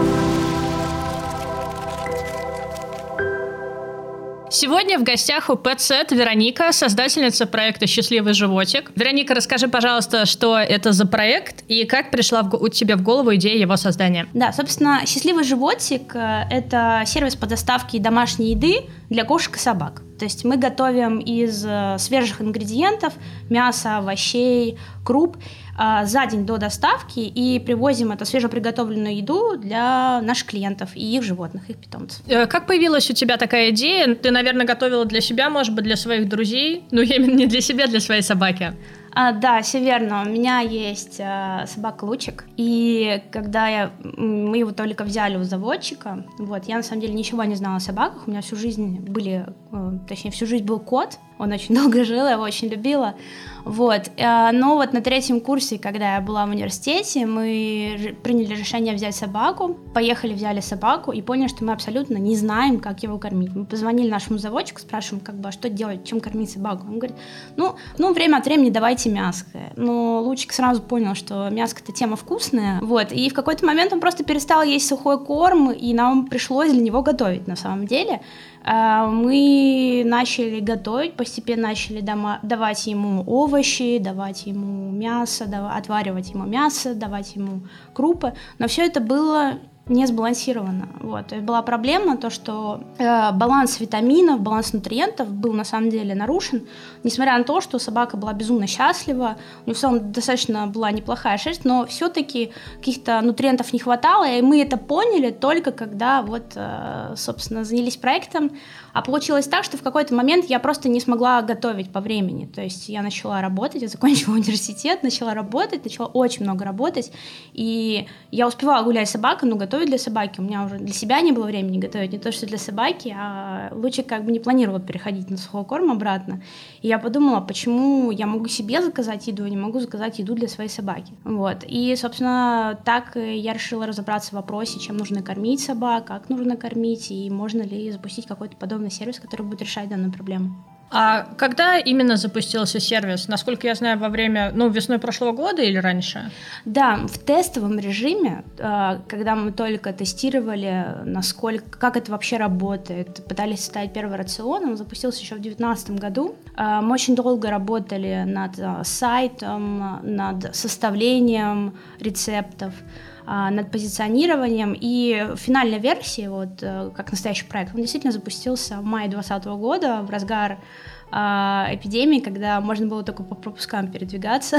Сегодня в гостях у PetSet Вероника, создательница проекта «Счастливый животик». Вероника, расскажи, пожалуйста, что это за проект и как пришла у тебя в голову идея его создания? Да, собственно, «Счастливый животик» — это сервис по доставке домашней еды для кошек и собак. То есть мы готовим из свежих ингредиентов мяса, овощей, круп за день до доставки и привозим эту свежеприготовленную еду для наших клиентов и их животных, их питомцев. Как появилась у тебя такая идея? Ты, наверное, готовила для себя, может быть, для своих друзей? Ну, именно не для себя, для своей собаки. Да, все верно. У меня есть собака Лучик, и когда мы его только взяли у заводчика, я на самом деле ничего не знала о собаках, у меня всю жизнь был кот, он очень долго жил, я его очень любила. Но на 3-м курсе, когда я была в университете, мы приняли решение взять собаку, поехали, взяли собаку и поняли, что мы абсолютно не знаем, как его кормить. Мы позвонили нашему заводчику, спрашиваем, а что делать, чем кормить собаку. Он говорит, время от времени давайте мяско. Но Лучик сразу понял, что мяско-то тема вкусная. И в какой-то момент он просто перестал есть сухой корм, и нам пришлось для него готовить на самом деле. Мы начали готовить, постепенно начали давать ему овощи, давать ему мясо, отваривать ему мясо, давать ему крупы, но все это было не сбалансировано. То есть была проблема, то, что баланс витаминов, баланс нутриентов был на самом деле нарушен, несмотря на то, что собака была безумно счастлива, у нее в целом достаточно была неплохая шерсть, но все-таки каких-то нутриентов не хватало, и мы это поняли только когда собственно, занялись проектом. А получилось так, что в какой-то момент я просто не смогла готовить по времени. То есть я начала работать, я закончила университет, начала очень много работать, и я успевала гулять с собакой, но готовить для собаки у меня уже для себя не было времени готовить, не то что для собаки, а Лучик не планировал переходить на сухой корм обратно. И я подумала, почему я могу себе заказать еду, а не могу заказать еду для своей собаки. И, собственно, так я решила разобраться в вопросе, чем нужно кормить собак, как нужно кормить, и можно ли запустить какой-то подобный сервис, который будет решать данную проблему. А когда именно запустился сервис? Насколько я знаю, во время, весной прошлого года или раньше? Да, в тестовом режиме, когда мы только тестировали, как это вообще работает, пытались составить первый рацион, он запустился еще в 2019 году. Мы очень долго работали над сайтом, над составлением рецептов, над позиционированием, и финальная версия, как настоящий проект, он действительно запустился в мае 2020 года, в разгар эпидемии, когда можно было только по пропускам передвигаться,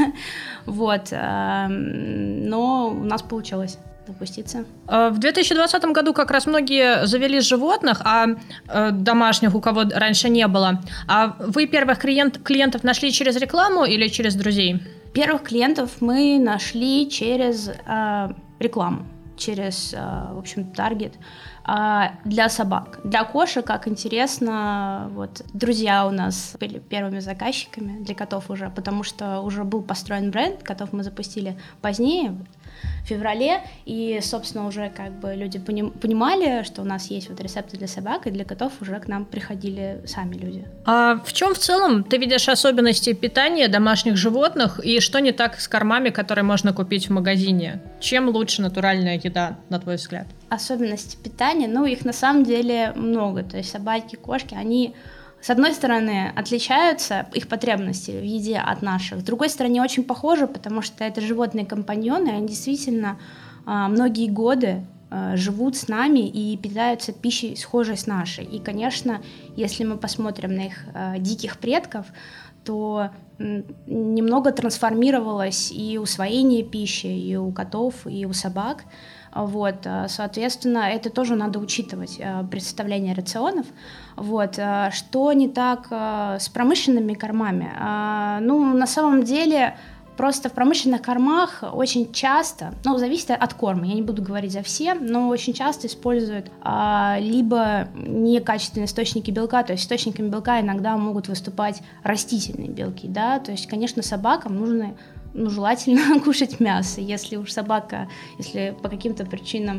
но у нас получилось запуститься. В 2020 году как раз многие завели животных, а домашних, у кого раньше не было. А вы первых клиентов нашли через рекламу или через друзей? Первых клиентов мы нашли через рекламу, через, таргет для собак. Для кошек, как интересно, друзья у нас были первыми заказчиками, для котов уже, потому что уже был построен бренд, котов мы запустили позднее, в феврале, и, собственно, уже люди понимали, что у нас есть рецепты для собак, и для котов уже к нам приходили сами люди. А в чем в целом ты видишь особенности питания домашних животных, и что не так с кормами, которые можно купить в магазине? Чем лучше натуральная еда, на твой взгляд? Особенности питания, их на самом деле много, то есть собаки, кошки, они... С одной стороны, отличаются их потребности в еде от наших, с другой стороны, очень похожи, потому что это животные-компаньоны, они действительно многие годы живут с нами и питаются пищей, схожей с нашей. И, конечно, если мы посмотрим на их диких предков, то немного трансформировалось и усвоение пищи, и у котов, и у собак. Соответственно, это тоже надо учитывать при составлении рационов. Что не так с промышленными кормами? На самом деле, просто в промышленных кормах очень часто, зависит от корма, я не буду говорить за все, но очень часто используют либо некачественные источники белка, то есть источниками белка иногда могут выступать растительные белки, да, то есть, конечно, собакам нужно желательно кушать мясо. Если уж собака, если по каким-то причинам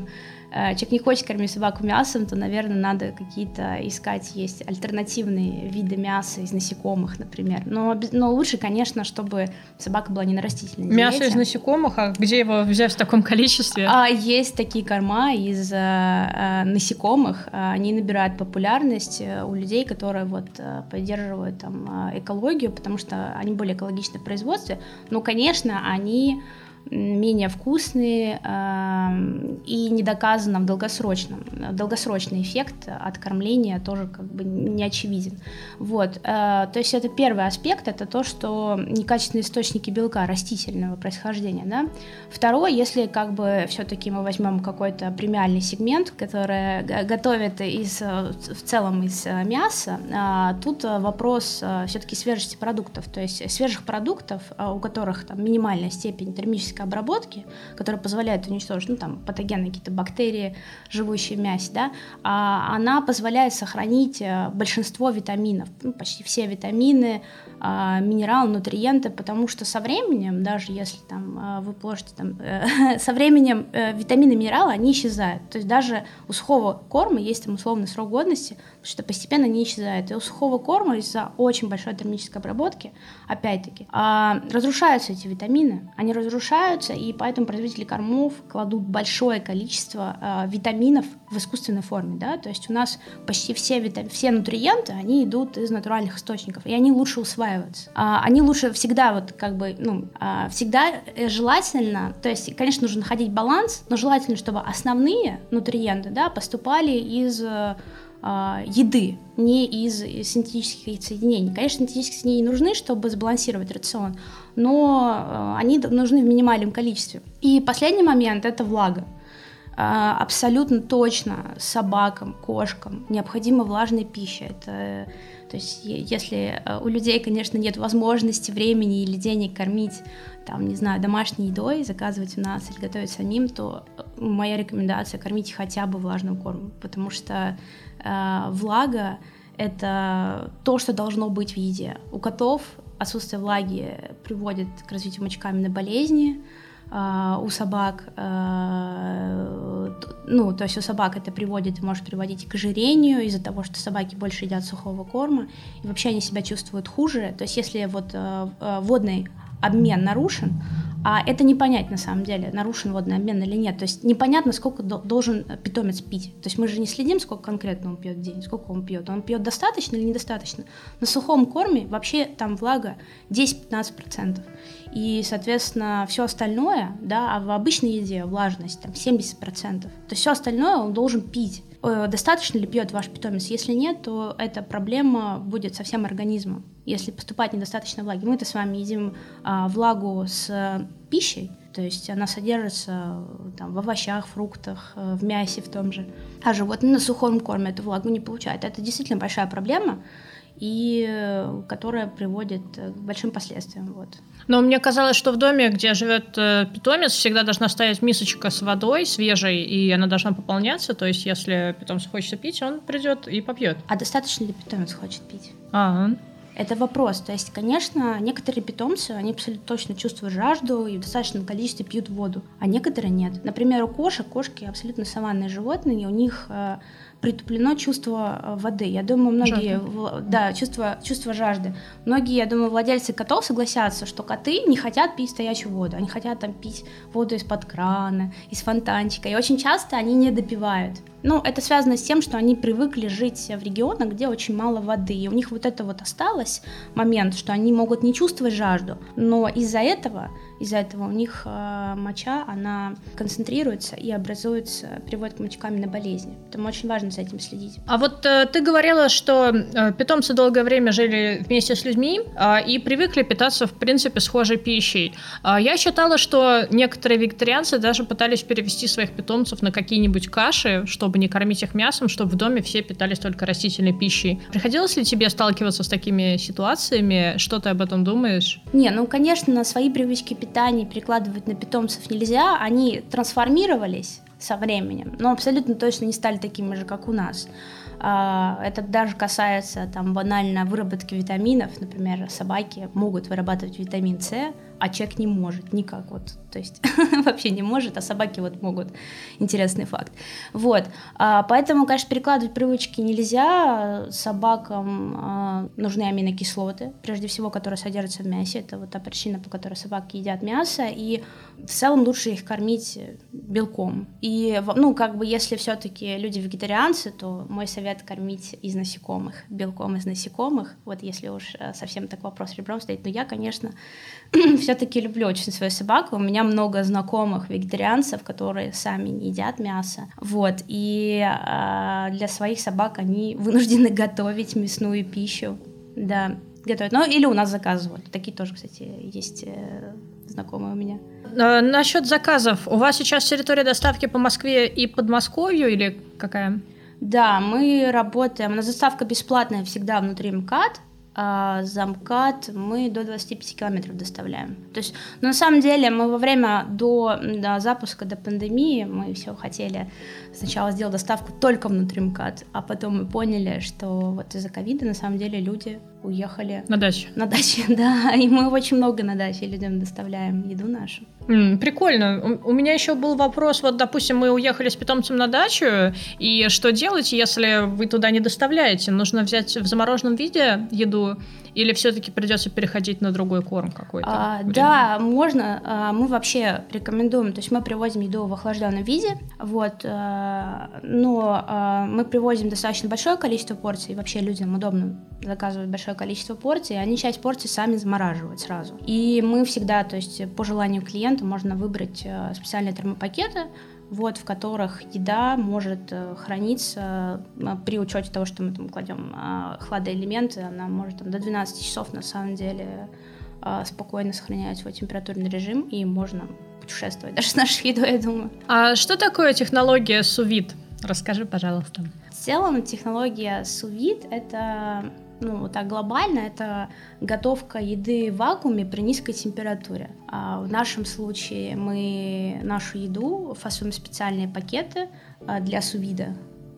человек не хочет кормить собаку мясом, то, наверное, надо какие-то искать, есть альтернативные виды мяса из насекомых, например. Но лучше, конечно, чтобы собака была не на растительной диете. Мясо из насекомых? А где его взять в таком количестве? Есть такие корма из насекомых. Они набирают популярность у людей, которые поддерживают там экологию, потому что они более экологичны в производстве. Но, конечно, они менее вкусные и не доказано в долгосрочный эффект от кормления тоже как бы не очевиден. То есть это первый аспект, это то, что некачественные источники белка растительного происхождения, да. Второй, если как бы все-таки мы возьмем какой-то премиальный сегмент, который готовит в целом из мяса, тут вопрос все-таки свежести продуктов, то есть свежих продуктов, у которых там минимальная степень термической обработки, которая позволяет уничтожить патогенные какие-то бактерии, живущие в мясе, да, она позволяет сохранить большинство витаминов, почти все витамины, минералы, нутриенты, потому что со временем, даже если вы положите со временем витамины и минералы, они исчезают. То есть даже у сухого корма есть условный срок годности, потому что постепенно они исчезают. И у сухого корма из-за очень большой термической обработки, опять-таки, разрушаются эти витамины. Они разрушаются, и поэтому производители кормов кладут большое количество витаминов в искусственной форме. Да? То есть у нас почти все нутриенты, они идут из натуральных источников, и они лучше усваиваются. Они лучше всегда, всегда желательно, то есть, конечно, нужно находить баланс, но желательно, чтобы основные нутриенты, да, поступали из еды, не из синтетических соединений. Конечно, синтетические соединения нужны, чтобы сбалансировать рацион, но они нужны в минимальном количестве. И последний момент – это влага. Абсолютно точно собакам, кошкам необходима влажная пища. То есть, если у людей, конечно, нет возможности, времени или денег кормить, домашней едой, заказывать у нас или готовить самим, то моя рекомендация — кормить хотя бы влажным кормом, потому что влага — это то, что должно быть в еде. У котов отсутствие влаги приводит к развитию мочекаменной болезни, у собак, то есть у собак это может приводить к ожирению из-за того, что собаки больше едят сухого корма, и вообще они себя чувствуют хуже. То есть если водный обмен нарушен, а это не понять на самом деле, нарушен водный обмен или нет. То есть непонятно, сколько должен питомец пить. То есть мы же не следим, сколько конкретно он пьет в день, сколько он пьет. Он пьет достаточно или недостаточно. На сухом корме вообще там влага 10-15%. И, соответственно, все остальное, да, а в обычной еде влажность 70%. То есть все остальное он должен пить. Достаточно ли пьет ваш питомец? Если нет, то эта проблема будет со всем организмом. Если поступать недостаточно влаги. Мы-то с вами едим влагу с пищей, то есть она содержится в овощах, фруктах, в мясе в том же. А животные на сухом корме эту влагу не получают. Это действительно большая проблема, и которая приводит к большим последствиям. Но мне казалось, что в доме, где живет питомец, всегда должна стоять мисочка с водой свежей, и она должна пополняться. То есть, если питомцу хочется пить, он придет и попьет. А достаточно ли питомец хочет пить? Ага. Это вопрос. То есть, конечно, некоторые питомцы, они абсолютно точно чувствуют жажду и в достаточном количестве пьют воду, а некоторые нет. Например, у кошки абсолютно саванные животные, у них притуплено чувство воды. Я думаю, многие... чувство жажды. Многие, я думаю, владельцы котов согласятся, что коты не хотят пить стоячую воду. Они хотят пить воду из-под крана, из фонтанчика. И очень часто они не допивают. Это связано с тем, что они привыкли жить в регионах, где очень мало воды. И у них это осталось момент, что они могут не чувствовать жажду. Но из-за этого у них моча, она концентрируется и приводит к мочекаменной болезни. Поэтому очень важно за этим следить. А ты говорила, что питомцы долгое время жили вместе с людьми и привыкли питаться, в принципе, схожей пищей. Я считала, что некоторые вегетарианцы даже пытались перевести своих питомцев на какие-нибудь каши, чтобы не кормить их мясом, чтобы в доме все питались только растительной пищей. Приходилось ли тебе сталкиваться с такими ситуациями? Что ты об этом думаешь? Конечно, свои привычки питания перекладывать на питомцев нельзя. Они трансформировались со временем, но абсолютно точно не стали такими же, как у нас. Это даже касается банально выработки витаминов. Например, собаки могут вырабатывать витамин С, а человек не может никак вот, то есть вообще не может, а собаки вот могут. Интересный факт. Вот, поэтому, конечно, перекладывать привычки нельзя. Собакам нужны аминокислоты, прежде всего, которые содержатся в мясе. Это вот та причина, по которой собаки едят мясо, и в целом лучше их кормить белком. И, ну, как бы, если все-таки люди вегетарианцы, то мой совет — кормить из насекомых, белком из насекомых. Вот если уж совсем так вопрос ребром стоит. Но я, конечно, все-таки люблю очень свою собаку. У меня много знакомых вегетарианцев, которые сами не едят мясо. Вот. И для своих собак они вынуждены готовить мясную пищу. Да, готовят. Ну, или у нас заказывают. Такие тоже, кстати, есть знакомые у меня. Насчет заказов. У вас сейчас территория доставки по Москве и Подмосковью или какая? Да, мы работаем. У нас доставка бесплатная всегда внутри МКАД. А за МКАД мы до 25 километров доставляем. То есть, ну, на самом деле, мы во время до запуска, до пандемии, мы все хотели сначала сделать доставку только внутри МКАД, а потом мы поняли, что вот из-за ковида на самом деле люди уехали на дачу. На даче, да, и мы очень много на даче людям доставляем еду нашу. Прикольно. У меня еще был вопрос, вот, допустим, мы уехали с питомцем на дачу, и что делать, если вы туда не доставляете? Нужно взять в замороженном виде еду, или все-таки придется переходить на другой корм какой-то? Да, можно. Мы вообще рекомендуем, то есть мы привозим еду в охлажденном виде, вот, но мы привозим достаточно большое количество порций, вообще людям удобно заказывать большое количество порций, они часть порций сами замораживают сразу. И мы всегда, то есть по желанию клиента можно выбрать специальные термопакеты, вот, в которых еда может храниться при учете того, что мы там кладем хладоэлементы, она может там, до 12 часов на самом деле спокойно сохранять свой температурный режим, и можно путешествовать даже с нашей едой, я думаю. А что такое технология сous-вид? Расскажи, пожалуйста. В целом технология sous-vide — это, ну, так глобально, это готовка еды в вакууме при низкой температуре. В нашем случае мы нашу еду фасуем в специальные пакеты для сous-вида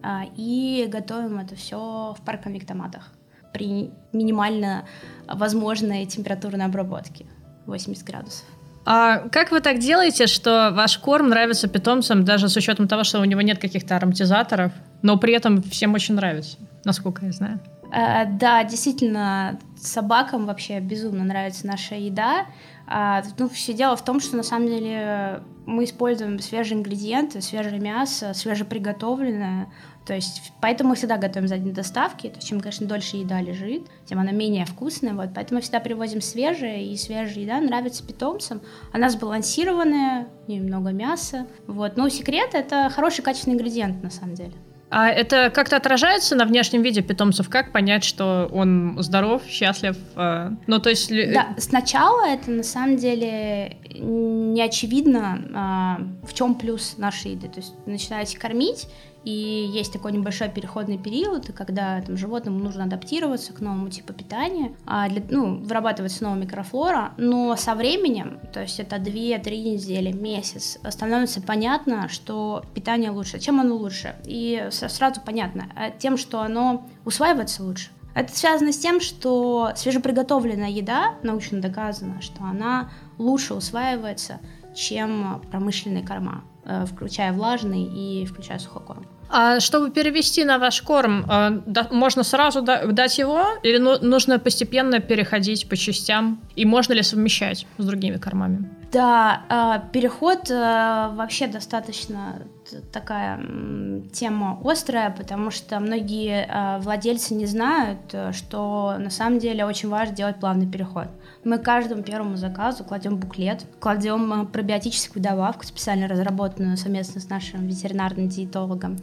и готовим это все в пароконвектоматах при минимально возможной температурной обработке 80 градусов. А как вы так делаете, что ваш корм нравится питомцам, даже с учетом того, что у него нет каких-то ароматизаторов, но при этом всем очень нравится, насколько я знаю? Да, действительно, собакам вообще безумно нравится наша еда. Ну, все дело в том, что на самом деле мы используем свежие ингредиенты, свежее мясо, свежеприготовленное. То есть поэтому мы всегда готовим за день доставки. То есть чем, конечно, дольше еда лежит, тем она менее вкусная. Вот. Поэтому мы всегда привозим свежее, и свежая еда нравится питомцам. Она сбалансированная, немного мяса. Вот. Но секрет — это хороший качественный ингредиент на самом деле. А это как-то отражается на внешнем виде питомцев? Как понять, что он здоров, счастлив? Ну, то есть... Да, сначала это на самом деле не очевидно, в чем плюс нашей еды. То есть начинаете кормить, и есть такой небольшой переходный период, когда там, животному нужно адаптироваться к новому типу питания, вырабатывается новая микрофлора, но со временем, то есть это 2-3 недели, месяц, становится понятно, что питание лучше. Чем оно лучше? И сразу понятно, тем, что оно усваивается лучше. Это связано с тем, что свежеприготовленная еда, научно доказано, что она лучше усваивается, чем промышленные корма, включая влажный и включая сухокорм. А чтобы перевести на ваш корм, можно сразу дать его или нужно постепенно переходить по частям? И можно ли совмещать с другими кормами? Да, переход вообще достаточно такая тема острая, потому что многие владельцы не знают, что на самом деле очень важно делать плавный переход. Мы к каждому первому заказу кладем буклет, кладем пробиотическую добавку, специально разработанную совместно с нашим ветеринарным диетологом.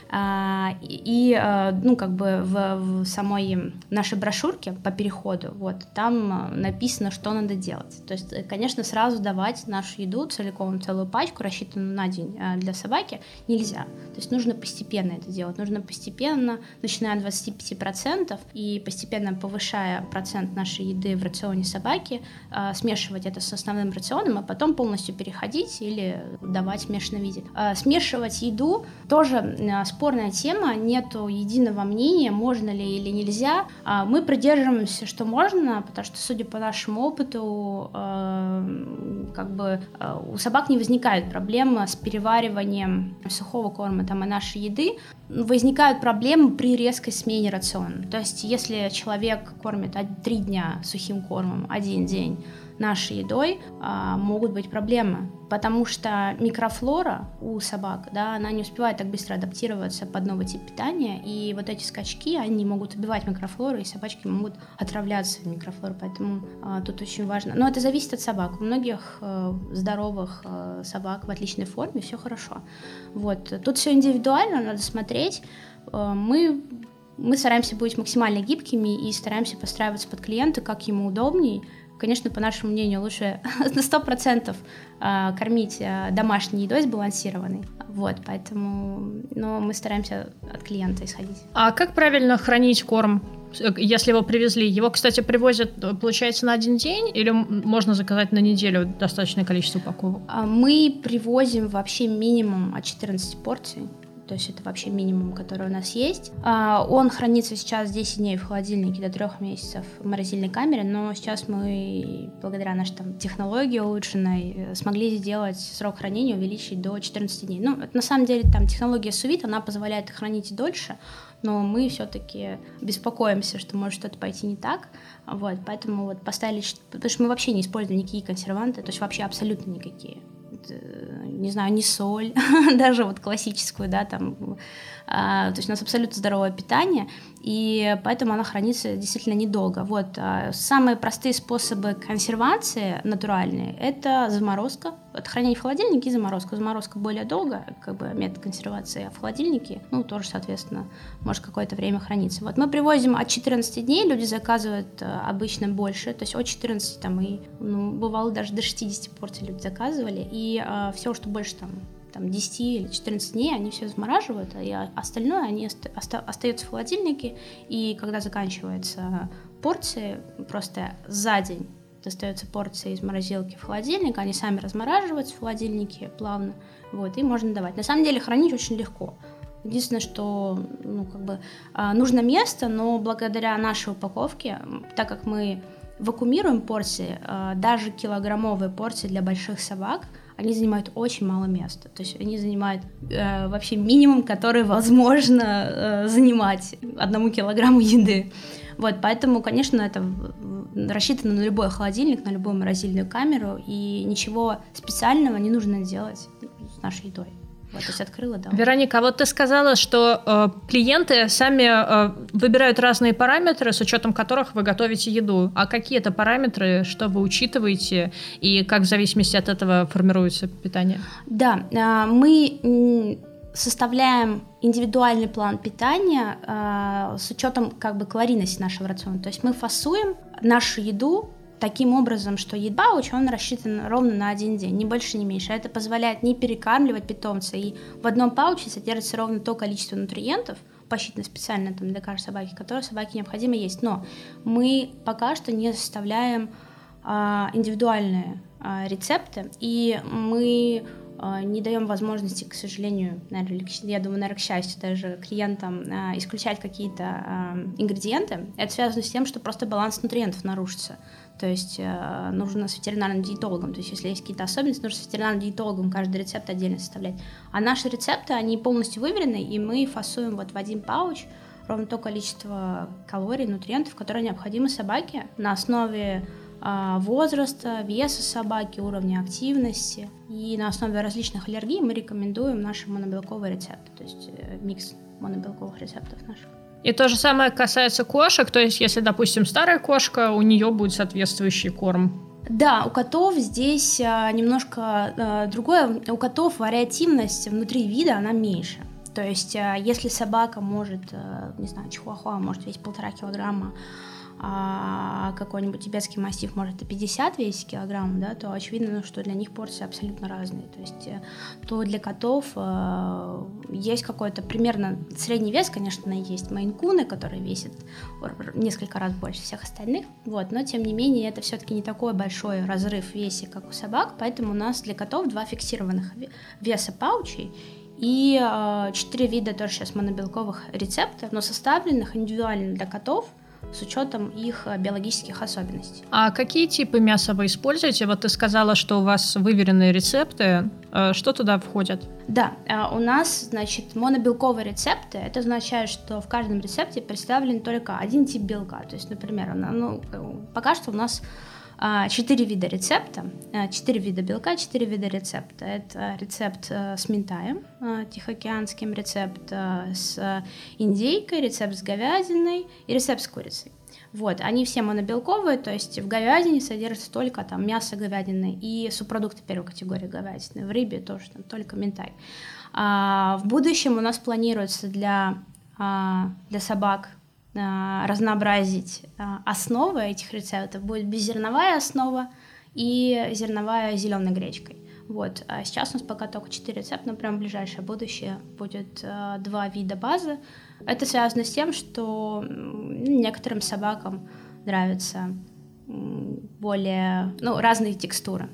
В самой нашей брошюрке по переходу, вот, там написано, что надо делать. То есть, конечно, сразу давать нашу еду целиком, целую пачку, рассчитанную на день для собаки, нельзя. То есть нужно постепенно это делать. Нужно постепенно, начиная от 25% и постепенно повышая процент нашей еды в рационе собаки, смешивать это с основным рационом, а потом полностью переходить или давать конечно, видит. Смешивать еду тоже спорная тема, нету единого мнения, можно ли или нельзя. Мы придерживаемся, что можно, потому что, судя по нашему опыту, у собак не возникают проблемы с перевариванием сухого корма и нашей еды. Возникают проблемы при резкой смене рациона. То есть, если человек кормит 3 дня сухим кормом, 1 день нашей едой, могут быть проблемы, потому что микрофлора у собак, она не успевает так быстро адаптироваться под новый тип питания, и вот эти скачки, они могут убивать микрофлору, и собачки могут отравляться в микрофлору, поэтому тут очень важно. Но это зависит от собак. У многих здоровых собак в отличной форме все хорошо. Вот. Тут все индивидуально, надо смотреть. Мы стараемся быть максимально гибкими и стараемся подстраиваться под клиента, как ему удобней. Конечно, по нашему мнению, лучше на 100% кормить домашней едой сбалансированной. Вот, поэтому мы стараемся от клиента исходить. А как правильно хранить корм, если его привезли? Его, кстати, привозят, получается, на 1 день или можно заказать на неделю достаточное количество упаковок? Мы привозим вообще минимум от 14 порций. То есть это вообще минимум, который у нас есть. Он хранится сейчас 10 дней в холодильнике до 3 месяцев в морозильной камере, но сейчас мы, благодаря нашей технологии улучшенной, смогли сделать срок хранения, увеличить до 14 дней. На самом деле технология сous-vide, она позволяет хранить дольше, но мы все-таки беспокоимся, что может что-то пойти не так. Вот, поэтому поставили, потому что мы вообще не используем никакие консерванты, то есть вообще абсолютно никакие. Не знаю, не соль, даже классическую, то есть у нас абсолютно здоровое питание, и поэтому оно хранится действительно недолго. Вот. Самые простые способы консервации натуральные – это заморозка, это хранение в холодильнике и заморозка. Заморозка более долго, метод консервации, а в холодильнике, тоже, соответственно, может какое-то время храниться. Вот мы привозим от 14 дней, люди заказывают обычно больше, то есть от 14, бывало даже до 60 порций люди заказывали, и все, что больше 10 или 14 дней, они все замораживают, а остальное они остается в холодильнике, и когда заканчиваются порции, просто за день достаются порции из морозилки в холодильник, они сами размораживаются в холодильнике плавно, и можно давать. На самом деле хранить очень легко. Единственное, что нужно место, но благодаря нашей упаковке, так как мы вакуумируем порции, даже килограммовые порции для больших собак, они занимают очень мало места. То есть они занимают вообще минимум, который возможно занимать 1 килограмму еды. Вот, поэтому, конечно, это рассчитано на любой холодильник, на любую морозильную камеру, и ничего специального не нужно делать с нашей едой. Вот, то есть открыла, да. Вероника, а ты сказала, что клиенты сами выбирают разные параметры, с учетом которых вы готовите еду. А какие это параметры, что вы учитываете, и как в зависимости от этого формируется питание? Да, мы составляем индивидуальный план питания с учетом калорийности нашего рациона. То есть мы фасуем нашу еду таким образом, что пауч, он рассчитан ровно на 1 день, ни больше, ни меньше. Это позволяет не перекармливать питомца, и в одном пауче содержится ровно то количество нутриентов, посчитано специально для каждой собаки, которые собаке необходимо есть. Но мы пока что не составляем индивидуальные рецепты, и мы не даем возможности, к сожалению, я думаю, к счастью, даже клиентам исключать какие-то ингредиенты. Это связано с тем, что просто баланс нутриентов нарушится. То есть нужно с ветеринарным диетологом. То есть если есть какие-то особенности, нужно с ветеринарным диетологом каждый рецепт отдельно составлять. А наши рецепты, они полностью выверены, и мы фасуем в 1 пауч ровно то количество калорий, нутриентов, которые необходимы собаке на основе возраста, веса собаки, уровня активности. И на основе различных аллергий мы рекомендуем наши монобелковые рецепты, то есть микс монобелковых рецептов наших. И то же самое касается кошек, то есть если, допустим, старая кошка, у нее будет соответствующий корм. Да, у котов здесь немножко другое. У котов вариативность внутри вида, она меньше. То есть если собака может, не знаю, чихуахуа может весить 1,5 килограмма, какой-нибудь тибетский мастиф может и 50 весить килограмм, да, то очевидно, что для них порции абсолютно разные. То есть то для котов есть какой-то примерно средний вес, конечно, есть мейн-куны, которые весят несколько раз больше всех остальных, вот, но тем не менее это все-таки не такой большой разрыв в весе, как у собак, поэтому у нас для котов 2 фиксированных веса паучей и 4 вида тоже сейчас монобелковых рецептов, но составленных индивидуально для котов, с учетом их биологических особенностей. А какие типы мяса вы используете? Вот ты сказала, что у вас выверенные рецепты. Что туда входит? Да, у нас, значит, монобелковые рецепты. Это означает, что в каждом рецепте представлен только один тип белка. То есть, например, пока что у нас 4 вида рецепта, 4 вида белка, 4 вида рецепта. Это рецепт с минтаем, тихоокеанским, рецепт с индейкой, рецепт с говядиной и рецепт с курицей. Вот, они все монобелковые, то есть в говядине содержится только там мясо говядины и субпродукты первой категории говядины, в рыбе тоже там только минтай. В будущем у нас планируется для собак разнообразить основы этих рецептов. Будет беззерновая основа и зерновая зеленой гречкой. Вот. А сейчас у нас пока только 4 рецепта, но прямо в ближайшее будущее будет 2 вида базы. Это связано с тем, что некоторым собакам нравятся более разные текстуры.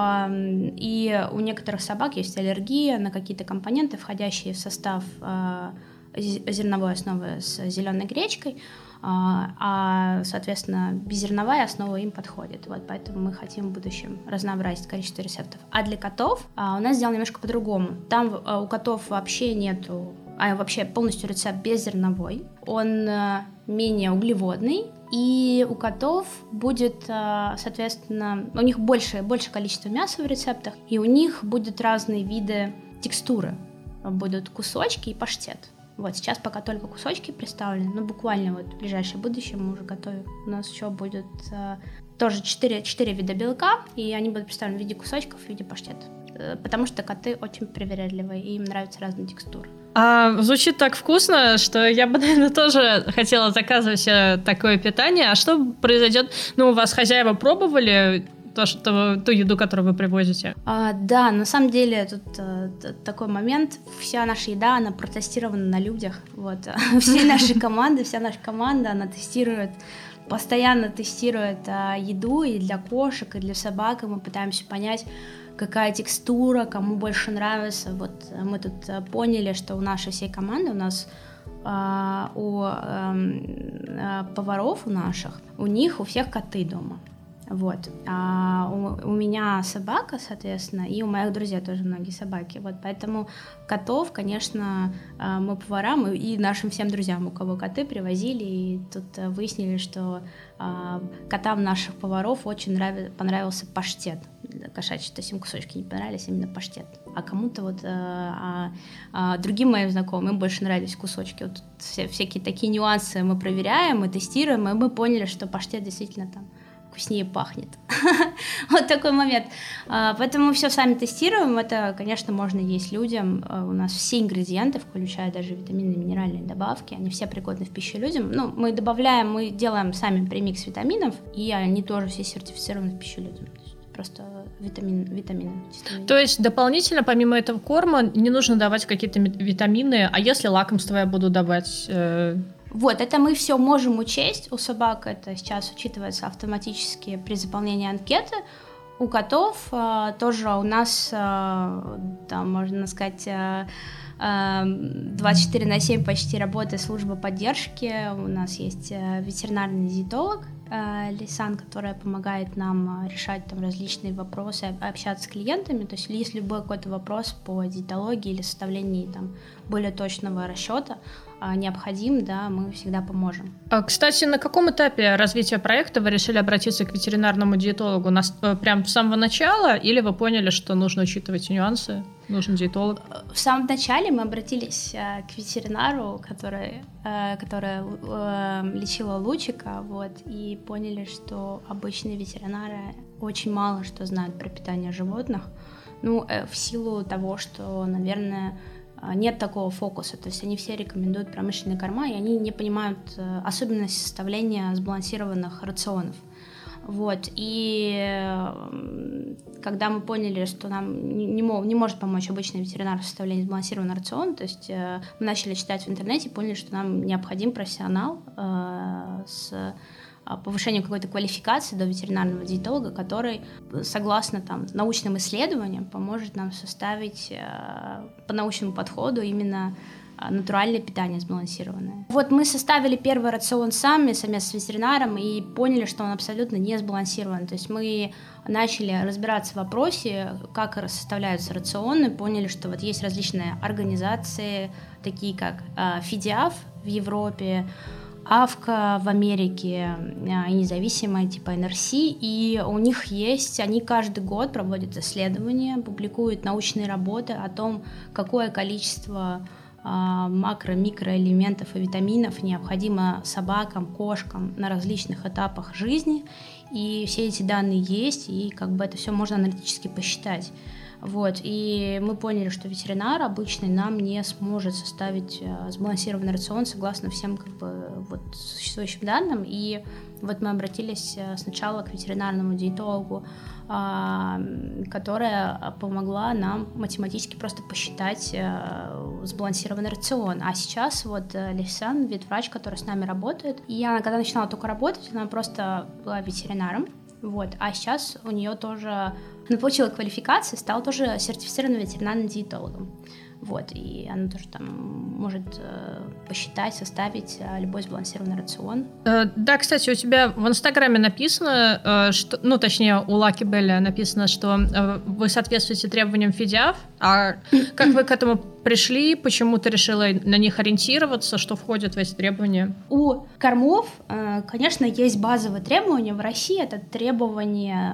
И у некоторых собак есть аллергия на какие-то компоненты, входящие в состав зерновой основы с зеленой гречкой, соответственно, беззерновая основа им подходит. Вот, поэтому мы хотим в будущем разнообразить количество рецептов. А для котов у нас сделано немножко по-другому. Там у котов вообще нету, вообще полностью рецепт беззерновой. Он менее углеводный, и у котов будет, соответственно, у них больше количество мяса в рецептах, и у них будут разные виды текстуры. Будут кусочки и паштет. Вот, сейчас пока только кусочки представлены, но буквально вот в ближайшее будущее мы уже готовим. У нас еще будет тоже 4 вида белка, и они будут представлены в виде кусочков, в виде паштета. Потому что коты очень привередливые, и им нравятся разные текстуры. Звучит так вкусно, что я бы, наверное, тоже хотела заказывать такое питание. А что произойдет? У вас хозяева пробовали ту еду, которую вы привозите? Да, на самом деле тут такой момент. Вся наша еда, она протестирована на людях. Вот. Вся наша команда, она постоянно тестирует еду и для кошек, и для собак, и мы пытаемся понять, какая текстура, кому больше нравится. Вот мы тут поняли, что у нашей всей команды, у нас у поваров у наших, у них у всех коты дома. Вот. У меня собака, соответственно, и у моих друзей тоже многие собаки. Вот. Поэтому котов, конечно, мы поварам и нашим всем друзьям, у кого коты, привозили. И тут выяснили, что котам наших поваров очень понравился паштет кошачий. То есть им кусочки не понравились, именно паштет. А кому-то другим моим знакомым им больше нравились кусочки. Вот всякие такие нюансы мы проверяем, мы тестируем, и мы поняли, что паштет действительно там вкуснее пахнет. Вот такой момент. Поэтому все сами тестируем. Это, конечно, можно есть людям. У нас все ингредиенты, включая даже витаминные и минеральные добавки, они все пригодны в пищу людям. Мы делаем сами премикс витаминов, и они тоже все сертифицированы в пищу людям. Просто витамины. То есть дополнительно, помимо этого корма, не нужно давать какие-то витамины, а если лакомства я буду давать? Вот, это мы все можем учесть. У собак это сейчас учитывается автоматически при заполнении анкеты. У котов тоже у нас, там, можно сказать, 24/7 почти работает служба поддержки. У нас есть ветеринарный диетолог Лейсан, которая помогает нам решать там различные вопросы, общаться с клиентами. То есть есть любой какой-то вопрос по диетологии или составлении там более точного расчета необходим, да, мы всегда поможем. Кстати, на каком этапе развития проекта вы решили обратиться к ветеринарному диетологу? Прям с самого начала, или вы поняли, что нужно учитывать нюансы, нужен диетолог? В самом начале мы обратились к ветеринару, которая лечила Лучика, вот, и поняли, что обычные ветеринары очень мало что знают про питание животных. В силу того, что, наверное, нет такого фокуса, то есть они все рекомендуют промышленные корма, и они не понимают особенности составления сбалансированных рационов. Вот, и когда мы поняли, что нам не может помочь обычный ветеринар в составлении сбалансированного рациона, то есть мы начали читать в интернете, поняли, что нам необходим профессионал с повышением какой-то квалификации до ветеринарного диетолога, который, согласно научным исследованиям, поможет нам составить по научному подходу именно натуральное питание сбалансированное. Вот мы составили первый рацион сами, совместно с ветеринаром, и поняли, что он абсолютно не сбалансирован. То есть мы начали разбираться в вопросе, как составляются рационы, поняли, что вот есть различные организации, такие как FIDIAF в Европе, АВКО в Америке и независимые типа НРС, и у них есть, они каждый год проводят исследования, публикуют научные работы о том, какое количество макро-микроэлементов и витаминов необходимо собакам, кошкам на различных этапах жизни, и все эти данные есть, и это все можно аналитически посчитать. Вот, и мы поняли, что ветеринар обычный нам не сможет составить сбалансированный рацион согласно всем существующим данным, и вот мы обратились сначала к ветеринарному диетологу, которая помогла нам математически просто посчитать сбалансированный рацион. А сейчас Лейсан, ветврач, который с нами работает, и она, когда начинала только работать, она просто была ветеринаром, а сейчас у нее тоже, она получила квалификацию, стала тоже сертифицированным ветеринарным диетологом. И она тоже может посчитать, составить любой сбалансированный рацион. Да, кстати, у тебя в Инстаграме написано, что, точнее, у Lucky Belly написано, что вы соответствуете требованиям FIDIAF. А как вы к этому пришли? Почему ты решила на них ориентироваться? Что входит в эти требования? У кормов, конечно, есть базовые требования. В России это требования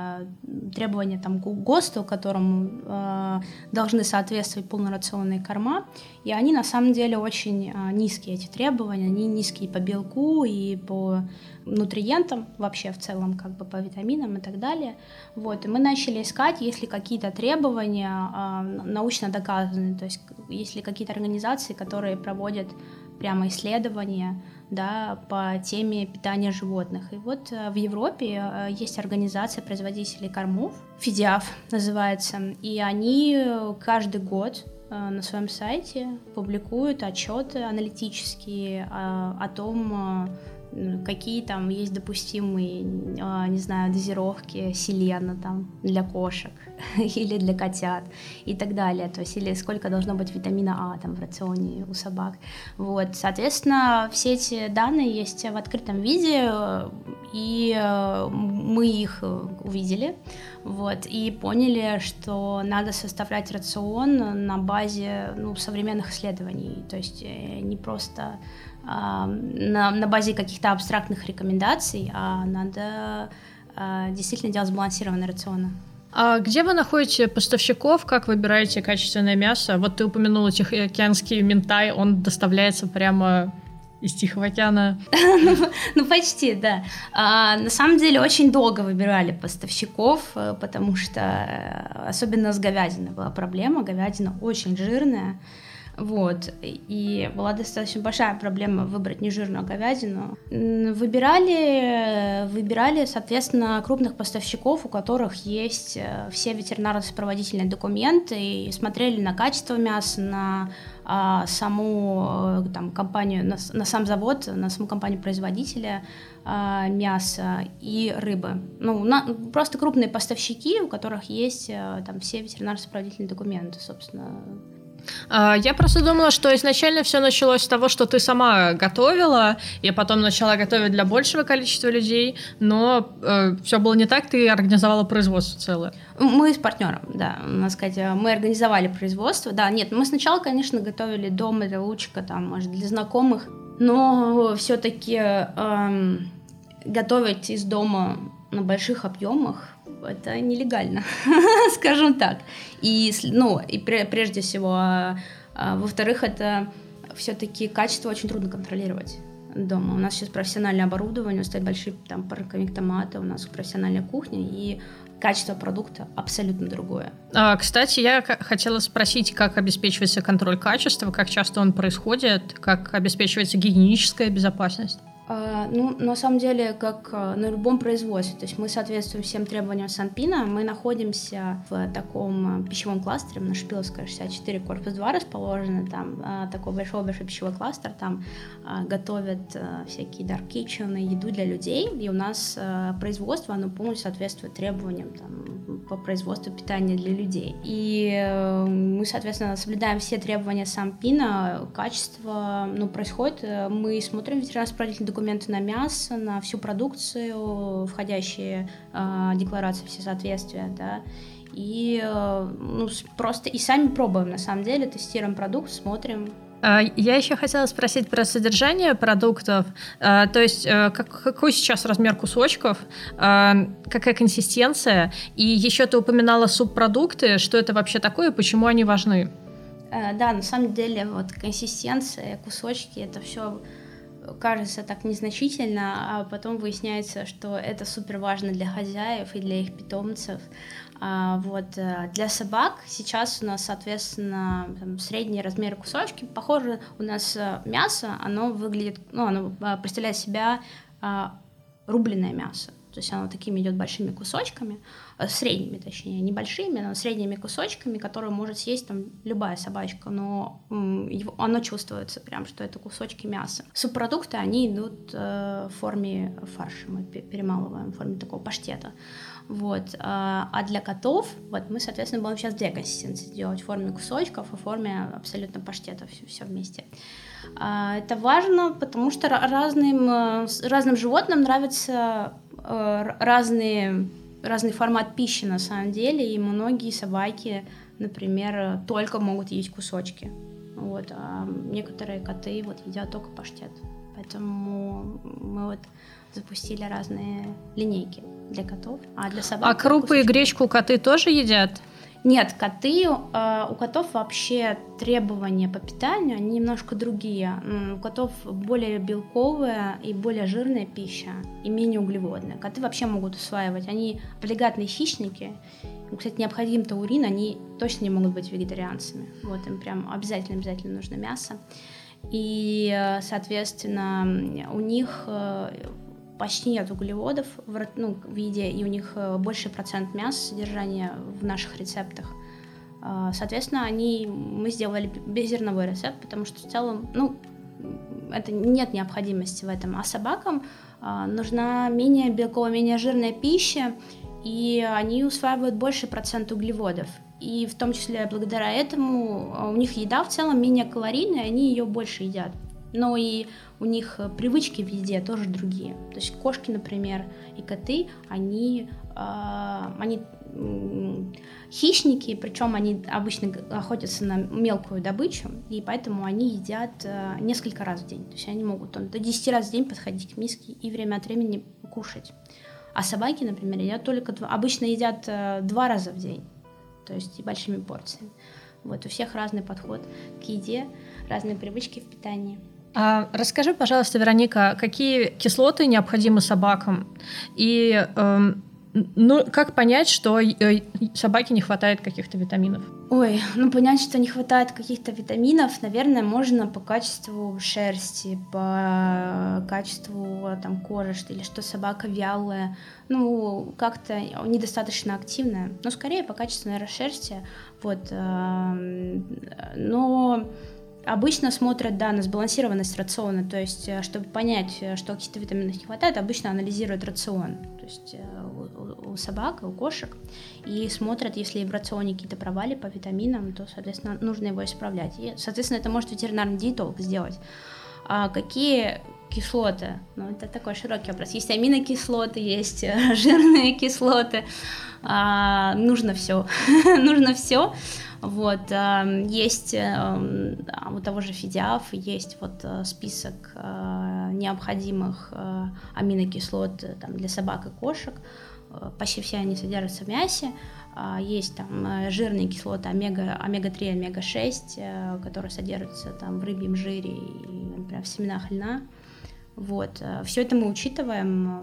к ГОСТу, которому должны соответствовать полнорационные корма. И они на самом деле очень низкие, эти требования. Они низкие по белку и по нутриентам, вообще в целом по витаминам и так далее. И мы начали искать, есть ли какие-то требования научно доказанные, то есть есть ли какие-то организации, которые проводят прямо исследования, по теме питания животных. И в Европе есть организация производителей кормов, FIDIAF называется, и они каждый год на своем сайте публикуют отчеты аналитические о том, какие есть допустимые, дозировки селена для кошек или для котят и так далее, то есть или сколько должно быть витамина А в рационе у собак. Соответственно, все эти данные есть в открытом виде, и мы их увидели, и поняли, что надо составлять рацион на базе современных исследований, то есть не просто на базе каких-то абстрактных рекомендаций, а надо действительно делать сбалансированный рацион. А где вы находите поставщиков, как выбираете качественное мясо? Ты упомянула Тихоокеанский минтай, он доставляется прямо из Тихого океана. Почти, да. На самом деле очень долго выбирали поставщиков, потому что особенно с говядиной была проблема, говядина очень жирная. И была достаточно большая проблема выбрать нежирную говядину. Выбирали, соответственно, крупных поставщиков, у которых есть все ветеринарно-сопроводительные документы, и смотрели на качество мяса, на саму компанию, на сам завод, на саму компанию-производителя мяса и рыбы. Просто крупные поставщики, у которых есть все ветеринарно-сопроводительные документы, собственно. Я просто думала, что изначально все началось с того, что ты сама готовила, и потом начала готовить для большего количества людей, но все было не так, ты организовала производство целое. Мы с партнером, да, можно сказать, мы организовали производство, да, нет, мы сначала, конечно, готовили дома для лучика, может, для знакомых, но все-таки готовить из дома на больших объемах это нелегально, скажем так. И прежде всего, во-вторых, это все-таки качество очень трудно контролировать. дома. У нас сейчас профессиональное оборудование, у нас стоят большие там парковые томаты, у нас профессиональная кухня, и качество продукта абсолютно другое. Кстати, я хотела спросить, как обеспечивается контроль качества, как часто он происходит, как обеспечивается гигиеническая безопасность? На самом деле, как на любом производстве, то есть мы соответствуем всем требованиям Санпина, мы находимся в таком пищевом кластере, на Шпиловская 64, корпус 2 расположены, там такой большой пищевой кластер, там готовят всякие dark kitchen, еду для людей, и у нас производство, оно полностью соответствует требованиям там, по производству питания для людей. И мы, соответственно, соблюдаем все требования Санпина, качество, происходит, мы смотрим ветеринарно-исправительные документы на мясо, на всю продукцию, входящие декларации, все соответствия, да, и просто и сами пробуем, на самом деле, тестируем продукт, смотрим. Я еще хотела спросить про содержание продуктов, то есть какой сейчас размер кусочков, какая консистенция, и еще ты упоминала субпродукты, что это вообще такое и почему они важны? Да, на самом деле вот консистенция, кусочки, это все кажется так незначительно, а потом выясняется, что это супер важно для хозяев и для их питомцев. Для собак сейчас у нас, соответственно, средние размеры кусочки. Похоже, у нас мясо, оно выглядит, оно представляет себя рубленое мясо. То есть оно такими идет большими кусочками, средними, точнее, небольшими, но средними кусочками, которые может съесть там любая собачка, но оно чувствуется прям, что это кусочки мяса. Субпродукты, они идут в форме фарша, мы перемалываем в форме такого паштета. А для котов, мы, соответственно, будем сейчас две консистенции делать в форме кусочков и в форме абсолютно паштета, все вместе. Это важно, потому что разным животным нравится разный формат пищи на самом деле, и многие собаки, например, только могут есть кусочки, а некоторые коты едят только паштет, поэтому мы запустили разные линейки для котов, а для собак... А крупы кусочки. И гречку коты тоже едят? Нет, у котов вообще требования по питанию, они немножко другие. У котов более белковая и более жирная пища, и менее углеводная. Коты вообще могут усваивать, они облигатные хищники. Им, кстати, необходим таурин, они точно не могут быть вегетарианцами. Им прям обязательно нужно мясо. И, соответственно, у них почти нет углеводов в еде, и у них больший процент мяса содержания в наших рецептах. Соответственно, мы сделали беззерновой рецепт, потому что в целом, это нет необходимости в этом. А собакам нужна менее белковая, менее жирная пища, и они усваивают больший процент углеводов. И в том числе благодаря этому у них еда в целом менее калорийная, они ее больше едят. Но и у них привычки в еде тоже другие. То есть кошки, например, и коты, они хищники, причем они обычно охотятся на мелкую добычу, и поэтому они едят несколько раз в день. То есть они могут до 10 раз в день подходить к миске и время от времени кушать. А собаки, например, обычно едят 2 раза в день, то есть и большими порциями. У всех разный подход к еде, разные привычки в питании. Расскажи, пожалуйста, Вероника, какие кислоты необходимы собакам? И как понять, что собаке не хватает каких-то витаминов? Понять, что не хватает каких-то витаминов, наверное, можно по качеству шерсти, по качеству кожи, или что собака вялая, как-то недостаточно активная, но скорее по качеству, наверное, шерсти, но обычно смотрят, на сбалансированность рациона, то есть, чтобы понять, что каких-то витаминов не хватает, обычно анализируют рацион, то есть у собак, у кошек, и смотрят, если в рационе какие-то провалы по витаминам, то, соответственно, нужно его исправлять. И, соответственно, это может ветеринарный диетолог сделать. А какие кислоты? Это такой широкий вопрос. Есть аминокислоты, есть жирные кислоты. Нужно все. Нужно все. Есть у того же FIDIAF, есть список необходимых аминокислот для собак и кошек. Почти все они содержатся в мясе. Есть жирные кислоты омега-3, омега-6, которые содержатся в рыбьем жире и, например, в семенах льна. Вот. Все это мы учитываем,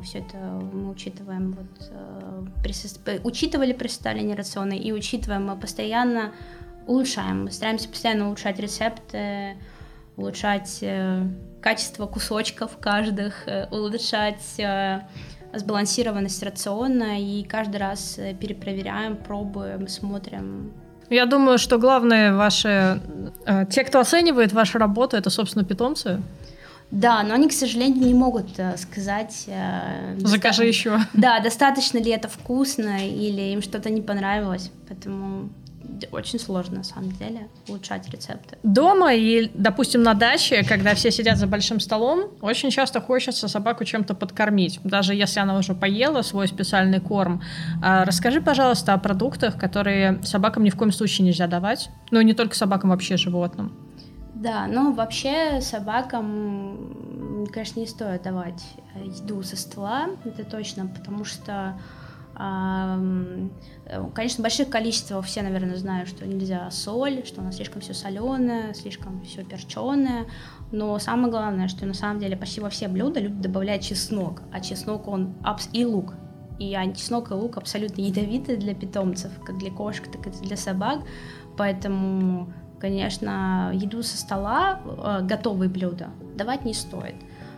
учитывали при составлении рациона и учитываем, мы постоянно улучшаем, мы стараемся постоянно улучшать рецепты, улучшать качество кусочков каждых, улучшать сбалансированность рациона, и каждый раз перепроверяем, пробуем, смотрим. Я думаю, что главное те, кто оценивает вашу работу, это, собственно, питомцы. Да, но они, к сожалению, не могут сказать... Закажи еще. Да, достаточно ли это вкусно, или им что-то не понравилось, поэтому... Очень сложно, на самом деле, улучшать рецепты. Дома и, допустим, на даче, когда все сидят за большим столом, очень часто хочется собаку чем-то подкормить, даже если она уже поела свой специальный корм. Расскажи, пожалуйста, о продуктах, которые собакам ни в коем случае нельзя давать, ну и не только собакам, вообще животным. Да, ну вообще собакам, конечно, не стоит давать еду со стола, это точно, потому что конечно, в больших количествах все, наверное, знают, что нельзя соль, что у нас слишком все соленое, слишком все перченое, но самое главное, что на самом деле почти во все блюда люди добавляют чеснок, а чеснок и лук. И чеснок и лук абсолютно ядовиты для питомцев, как для кошек, так и для собак, поэтому, конечно, еду со стола, готовые блюда давать не стоит.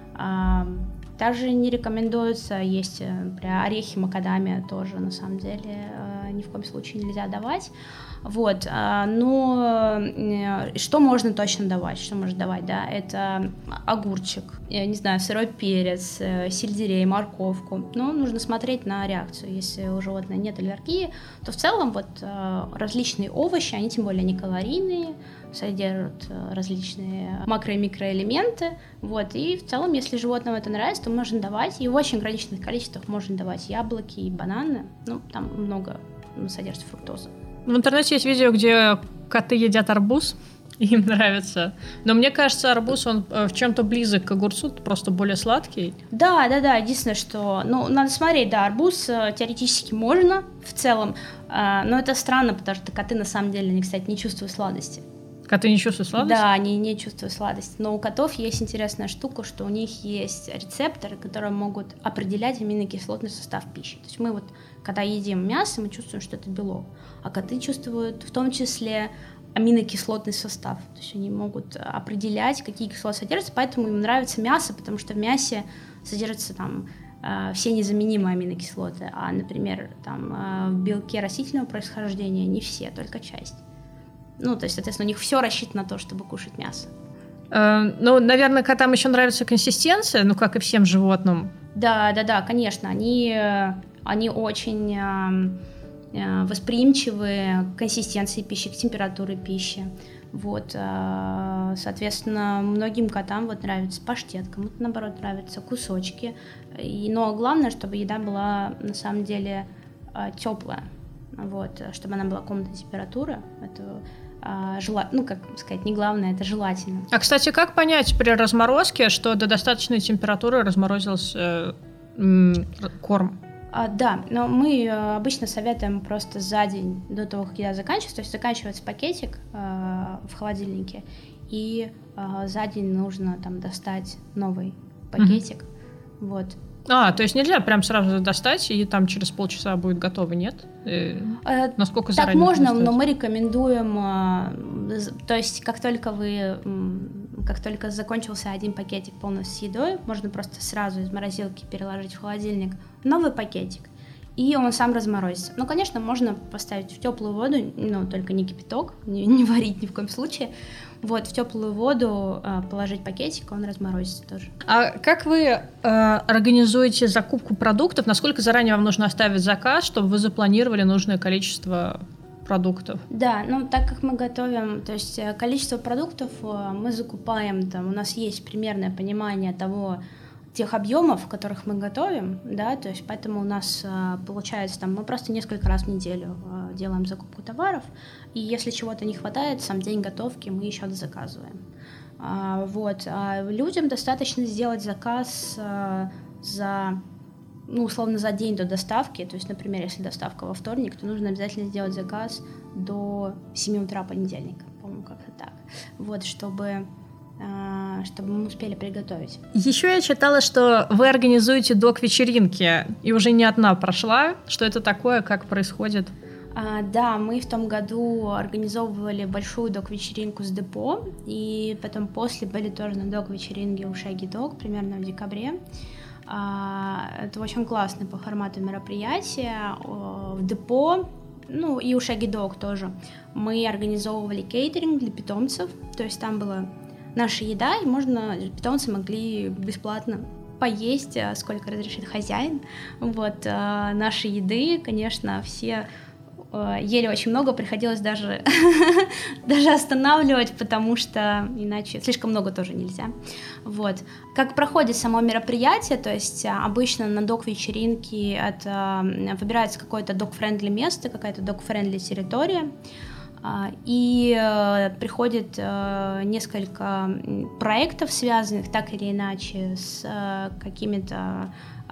Также не рекомендуется есть, например, орехи макадамия тоже, на самом деле, ни в коем случае нельзя давать. Вот, но что можно точно давать? Что можно давать, да? Это огурчик, я не знаю, сырой перец, сельдерей, морковку. Но нужно смотреть на реакцию. Если у животного нет аллергии, то в целом вот различные овощи, они тем более не калорийные, содержат различные макро- и микроэлементы, вот, и в целом, если животному это нравится, то можно давать, и в очень ограниченных количествах можно давать яблоки и бананы, ну, там много содержит фруктозы. В интернете есть видео, где коты едят арбуз, им нравится, но мне кажется, арбуз, он в чем-то близок к огурцу, просто более сладкий. Да, единственное, что, надо смотреть, да, арбуз теоретически можно в целом, но это странно, потому что коты, на самом деле, они, кстати, не чувствуют сладости. Коты не чувствуют сладости? Да, они не чувствуют сладости. Но у котов есть интересная штука, что у них есть рецепторы, которые могут определять аминокислотный состав пищи. То есть мы вот, когда едим мясо, мы чувствуем, что это белок. А коты чувствуют в том числе аминокислотный состав. То есть они могут определять, какие кислоты содержатся, поэтому им нравится мясо, потому что в мясе содержатся там все незаменимые аминокислоты. А, например, там в белке растительного происхождения не все, только часть. Ну, то есть, соответственно, у них все рассчитано на то, чтобы кушать мясо. Наверное, котам еще нравится консистенция, как и всем животным. Да, конечно. Они очень восприимчивы к консистенции пищи, к температуре пищи. Вот, соответственно, многим котам вот нравится паштет, кому-то, наоборот, нравятся кусочки. Но главное, чтобы еда была, на самом деле, теплая. Вот, чтобы она была комнатной температуры. Это не главное, это желательно. А, кстати, как понять при разморозке, что до достаточной температуры разморозился корм? Да, но мы обычно советуем просто за день до того, как еда заканчивается, то есть заканчивается пакетик в холодильнике, и за день нужно там достать новый пакетик, вот. То есть нельзя прям сразу достать, и там через полчаса будет готово, нет? Насколько так заранее? Так можно, но мы рекомендуем, то есть как только закончился один пакетик полностью с едой, можно просто сразу из морозилки переложить в холодильник новый пакетик, и он сам разморозится. Ну, конечно, можно поставить в теплую воду, но только не кипяток, не варить ни в коем случае. Вот, в теплую воду положить пакетик, он разморозится тоже. А как вы организуете закупку продуктов? Насколько заранее вам нужно оставить заказ, чтобы вы запланировали нужное количество продуктов? Да, так как мы готовим, то есть количество продуктов мы закупаем, там, у нас есть примерное понимание тех объемов, в которых мы готовим, да, то есть поэтому у нас получается, мы просто несколько раз в неделю делаем закупку товаров, и если чего-то не хватает, сам день готовки мы еще дозаказываем. Людям достаточно сделать заказ условно за день до доставки, то есть, например, если доставка во вторник, то нужно обязательно сделать заказ до 7 утра понедельника, по-моему, как-то так, чтобы чтобы мы успели приготовить. Еще я читала, что вы организуете док-вечеринки, и уже не одна прошла. Что это такое, как происходит? Да, мы в том году организовывали большую док-вечеринку с депо, и потом после были тоже на док-вечеринке у Shaggy Dog, примерно в декабре. Это очень классное по формату мероприятие. В депо, ну и у Shaggy Dog тоже, мы организовывали кейтеринг для питомцев, то есть там была наша еда, и питомцы могли бесплатно поесть, сколько разрешит хозяин. Вот, нашей еды, конечно, все ели очень много, приходилось даже останавливать, потому что иначе слишком много тоже нельзя. Вот. Как проходит само мероприятие, то есть обычно на док-вечеринке выбирается какое-то док-френдли место, какая-то док-френдли территория, и приходит несколько проектов, связанных так или иначе с какими-то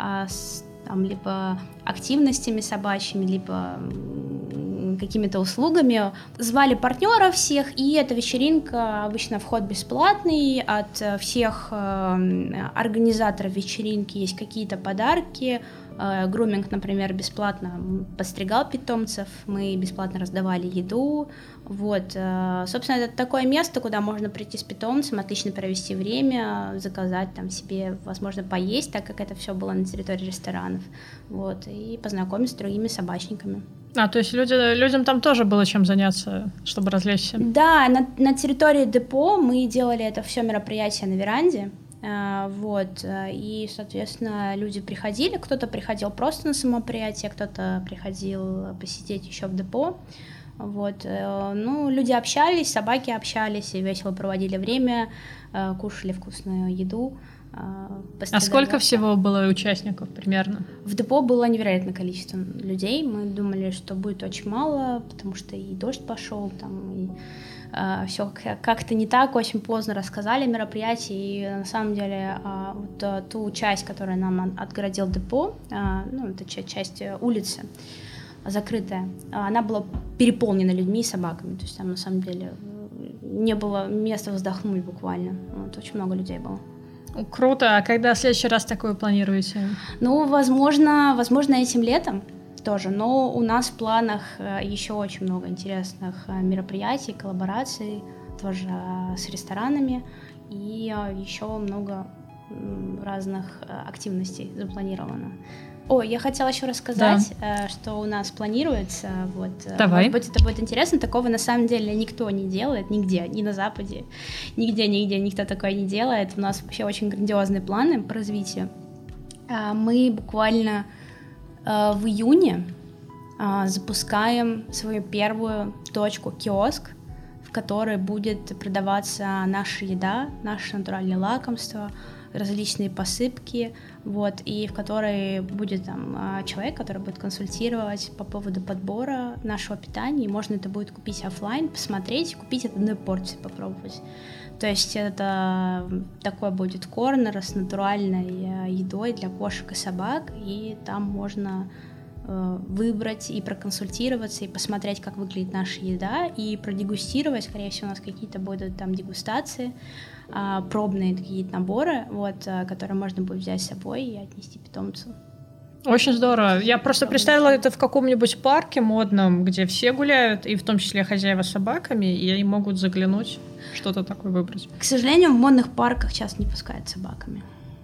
либо активностями собачьими, либо какими-то услугами. Звали партнеров всех, и эта вечеринка, обычно вход бесплатный, от всех организаторов вечеринки есть какие-то подарки. Груминг, например, бесплатно подстригал питомцев, мы бесплатно раздавали еду. Вот. Собственно, это такое место, куда можно прийти с питомцем, отлично провести время, заказать там себе, возможно, поесть, так как это все было на территории ресторанов, вот, и познакомиться с другими собачниками. То есть людям там тоже было чем заняться, чтобы развлечься? Да, на территории депо мы делали это все мероприятие на веранде. Вот, и, соответственно, люди приходили, кто-то приходил просто на самоприятие, кто-то приходил посидеть еще в депо, вот, люди общались, собаки общались и весело проводили время, кушали вкусную еду. А сколько всего было участников примерно? В депо было невероятное количество людей, мы думали, что будет очень мало, потому что и дождь пошел, там, и все как-то не так, очень поздно рассказали о мероприятии, и на самом деле вот ту часть, которую нам отгородил депо, это часть улицы закрытая, она была переполнена людьми и собаками, то есть там на самом деле не было места вздохнуть буквально, вот, очень много людей было. Круто, а когда в следующий раз такое планируете? Возможно, этим летом тоже, но у нас в планах еще очень много интересных мероприятий, коллабораций, тоже с ресторанами, и еще много разных активностей запланировано. Я хотела еще рассказать, что у нас планируется. Вот, давай. Может быть, это будет интересно. Такого на самом деле никто не делает, нигде, ни на Западе, нигде никто такое не делает. У нас вообще очень грандиозные планы по развитию. Мы буквально в июне запускаем свою первую точку, киоск, в которой будет продаваться наша еда, наши натуральные лакомства, различные посыпки, вот, и в которой будет там человек, который будет консультировать по поводу подбора нашего питания, и можно это будет купить офлайн, посмотреть, купить это на порции, попробовать. То есть это такой будет корнер с натуральной едой для кошек и собак, и там можно выбрать и проконсультироваться, и посмотреть, как выглядит наша еда, и продегустировать, скорее всего, у нас какие-то будут там дегустации, пробные какие-то наборы, вот, которые можно будет взять с собой и отнести питомцу. Очень здорово. Я просто представила это в каком-нибудь парке модном, где все гуляют, и в том числе хозяева с собаками, и они могут заглянуть, что-то такое выбрать. К сожалению, в модных парках сейчас не пускают с собаками.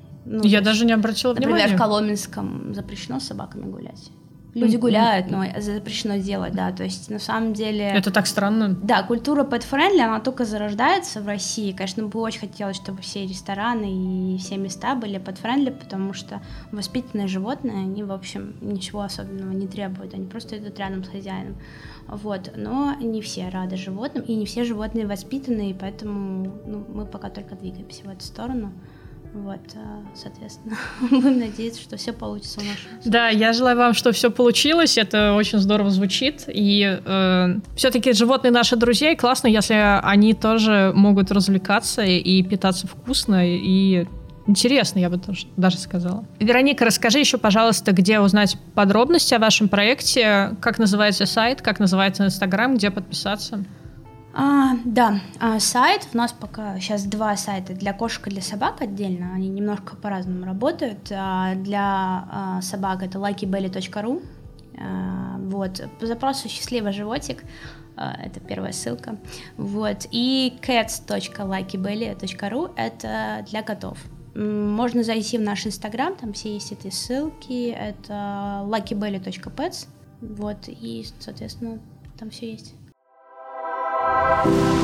Я даже не обратила внимания. Например, в Коломенском запрещено с собаками гулять. Люди гуляют, но запрещено делать, да, то есть на самом деле... Это так странно. Да, культура pet-friendly, она только зарождается в России, конечно, бы очень хотелось, чтобы все рестораны и все места были pet-friendly, потому что воспитанные животные, они, в общем, ничего особенного не требуют, они просто идут рядом с хозяином, вот, но не все рады животным, и не все животные воспитанные, поэтому мы пока только двигаемся в эту сторону. Вот, соответственно, будем надеяться, что все получится у нас. Да, я желаю вам, чтобы все получилось. Это очень здорово звучит. И все-таки животные наши друзья, и классно, если они тоже могут развлекаться и питаться вкусно и интересно, я бы тоже даже сказала. Вероника, расскажи еще, пожалуйста, где узнать подробности о вашем проекте, как называется сайт, как называется Инстаграм, где подписаться. Сайт, у нас пока сейчас 2 сайта, для кошек и для собак отдельно, они немножко по-разному работают. Для собак это luckybelly.ru, вот, по запросу «счастливый животик», это первая ссылка, вот, и cats.luckybelly.ru, это для котов. Можно зайти в наш Инстаграм, там все есть эти ссылки, это luckybelly.pets, вот, и, соответственно, там все есть.